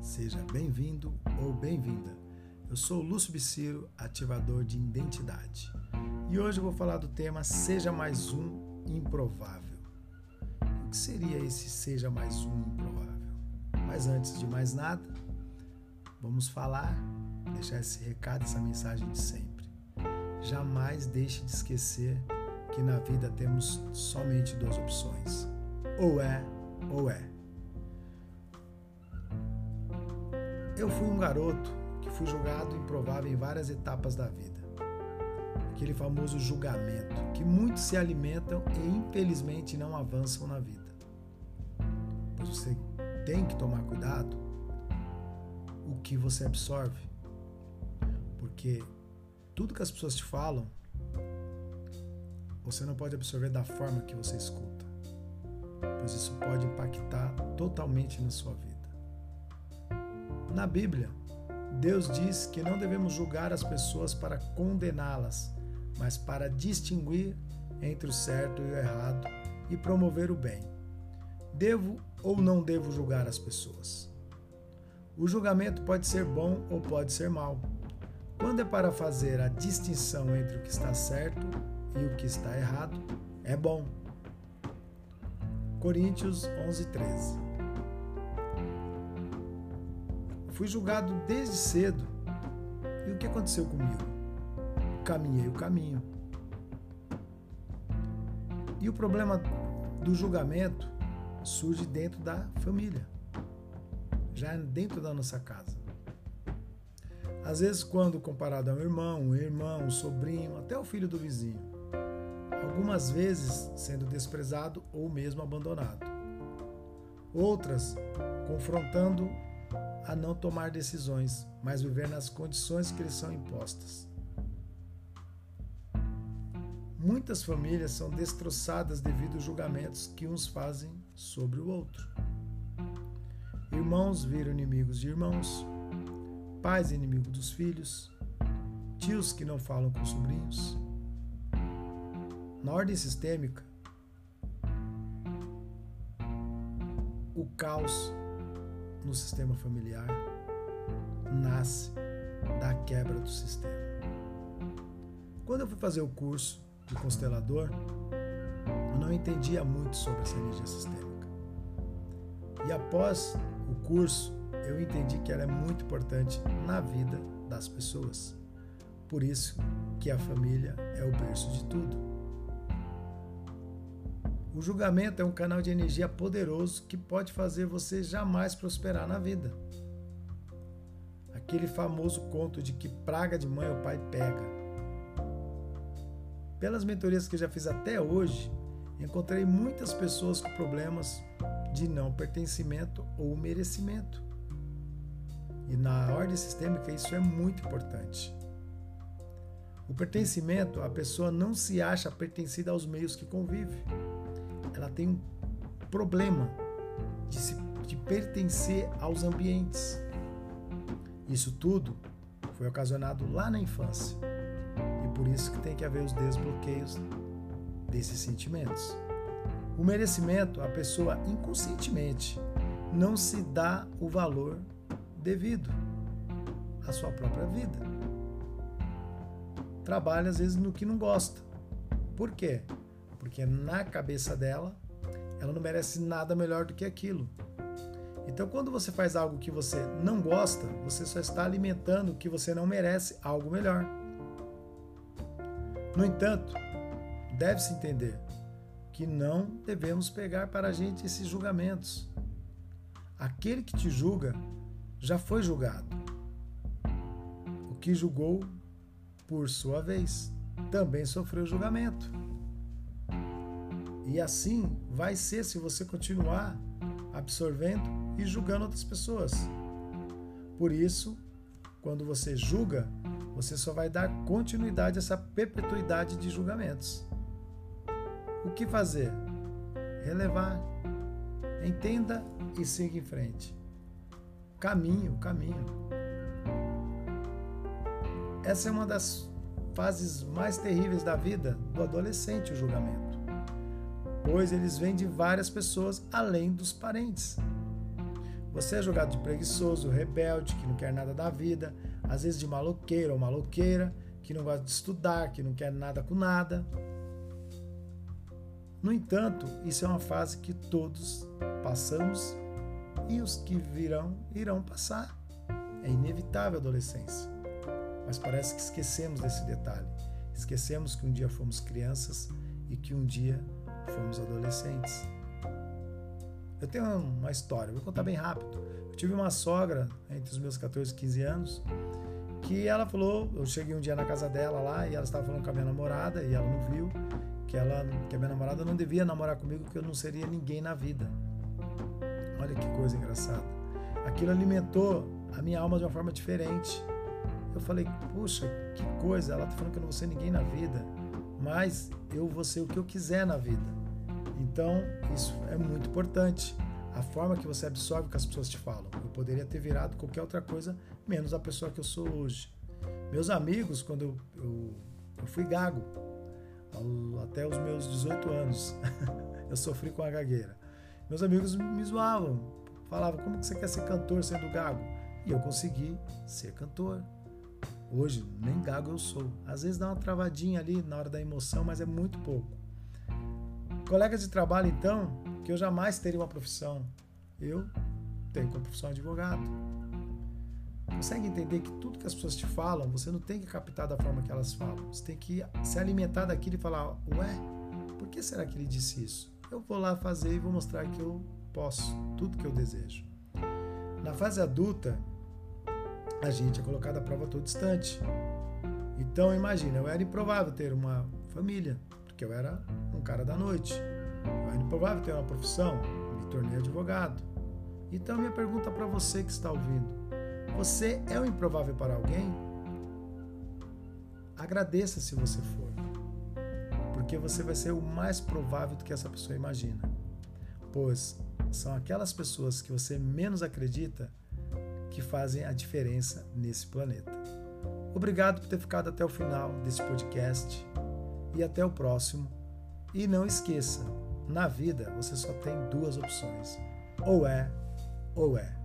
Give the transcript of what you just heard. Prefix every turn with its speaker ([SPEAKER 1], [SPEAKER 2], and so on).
[SPEAKER 1] Seja bem-vindo ou bem-vinda. Eu sou Lúcio Biciro, ativador de identidade. E hoje eu vou falar do tema Seja Mais Um Improvável. O que seria esse Seja Mais Um Improvável? Mas antes de mais nada, vamos deixar esse recado, essa mensagem de sempre. Jamais deixe de esquecer que na vida temos somente duas opções. Ou é, ou é. Eu fui um garoto que fui julgado improvável em várias etapas da vida. Aquele famoso julgamento que muitos se alimentam e infelizmente não avançam na vida. Pois você tem que tomar cuidado o que você absorve. Porque tudo que as pessoas te falam, você não pode absorver da forma que você escuta. Pois isso pode impactar totalmente na sua vida. Na Bíblia, Deus diz que não devemos julgar as pessoas para condená-las, mas para distinguir entre o certo e o errado e promover o bem. Devo ou não devo julgar as pessoas? O julgamento pode ser bom ou pode ser mau. Quando é para fazer a distinção entre o que está certo e o que está errado, é bom. Coríntios 11:13. Fui julgado desde cedo. E o que aconteceu comigo? Caminhei o caminho. E o problema do julgamento surge dentro da família, já dentro da nossa casa. Às vezes, quando comparado a um irmão, um sobrinho, até o filho do vizinho. Algumas vezes sendo desprezado ou mesmo abandonado. Outras confrontando a não tomar decisões, mas viver nas condições que lhes são impostas. Muitas famílias são destroçadas devido aos julgamentos que uns fazem sobre o outro. Irmãos viram inimigos de irmãos, pais inimigos dos filhos, tios que não falam com sobrinhos. Na ordem sistêmica, o caos no sistema familiar nasce da quebra do sistema. Quando eu fui fazer o curso de constelador, eu não entendia muito sobre essa energia sistêmica. E após o curso, eu entendi que ela é muito importante na vida das pessoas. Por isso que a família é o berço de tudo. O julgamento é um canal de energia poderoso que pode fazer você jamais prosperar na vida. Aquele famoso conto de que praga de mãe o pai pega. Pelas mentorias que eu já fiz até hoje, encontrei muitas pessoas com problemas de não pertencimento ou merecimento. E na ordem sistêmica isso é muito importante. O pertencimento, a pessoa não se acha pertencida aos meios que convive. Ela tem um problema de pertencer aos ambientes. Isso tudo foi ocasionado lá na infância. E por isso que tem que haver os desbloqueios desses sentimentos. O merecimento, a pessoa inconscientemente não se dá o valor devido à sua própria vida. Trabalha às vezes no que não gosta. Por quê? Porque na cabeça dela, ela não merece nada melhor do que aquilo. Então, quando você faz algo que você não gosta, você só está alimentando que você não merece algo melhor. No entanto, deve-se entender que não devemos pegar para a gente esses julgamentos. Aquele que te julga já foi julgado. O que julgou, por sua vez, também sofreu julgamento. E assim vai ser se você continuar absorvendo e julgando outras pessoas. Por isso, quando você julga, você só vai dar continuidade a essa perpetuidade de julgamentos. O que fazer? Relevar. Entenda e siga em frente. Caminho. Essa é uma das fases mais terríveis da vida do adolescente, o julgamento. Pois eles vêm de várias pessoas além dos parentes. Você é jogado de preguiçoso, rebelde, que não quer nada da vida, às vezes de maloqueiro ou maloqueira, que não gosta de estudar, que não quer nada com nada. No entanto, isso é uma fase que todos passamos e os que virão irão passar. É inevitável a adolescência. Mas parece que esquecemos desse detalhe. Esquecemos que um dia fomos crianças e que um dia fomos adolescentes. Eu tenho uma história, vou contar bem rápido. Eu tive uma sogra entre os meus 14 e 15 anos que ela falou, eu cheguei um dia na casa dela lá e ela estava falando com a minha namorada e ela não viu que a minha namorada não devia namorar comigo porque eu não seria ninguém na vida. Olha que coisa engraçada. Aquilo alimentou a minha alma de uma forma diferente. Eu falei, puxa, que coisa, ela está falando que eu não vou ser ninguém na vida, mas eu vou ser o que eu quiser na vida. Então, isso é muito importante. A forma que você absorve o que as pessoas te falam. Eu poderia ter virado qualquer outra coisa, menos a pessoa que eu sou hoje. Meus amigos, quando eu fui gago, até os meus 18 anos, eu sofri com a gagueira. Meus amigos me zoavam, falavam, como que você quer ser cantor sendo gago? E eu consegui ser cantor. Hoje, nem gago eu sou. Às vezes dá uma travadinha ali na hora da emoção, mas é muito pouco. Colegas de trabalho, então, que eu jamais teria uma profissão. Eu tenho como profissão advogado. Consegue entender que tudo que as pessoas te falam, você não tem que captar da forma que elas falam. Você tem que se alimentar daquilo e falar, ué, por que será que ele disse isso? Eu vou lá fazer e vou mostrar que eu posso, tudo que eu desejo. Na fase adulta, a gente é colocado à prova a todo instante. Então, imagina, eu era improvável ter uma família, porque eu era um cara da noite. Eu era improvável ter uma profissão, me tornei advogado. Então, minha pergunta para você que está ouvindo, você é um improvável para alguém? Agradeça se você for, porque você vai ser o mais provável do que essa pessoa imagina, pois são aquelas pessoas que você menos acredita que fazem a diferença nesse planeta. Obrigado por ter ficado até o final desse podcast e até o próximo. E não esqueça, na vida você só tem duas opções, ou é ou é.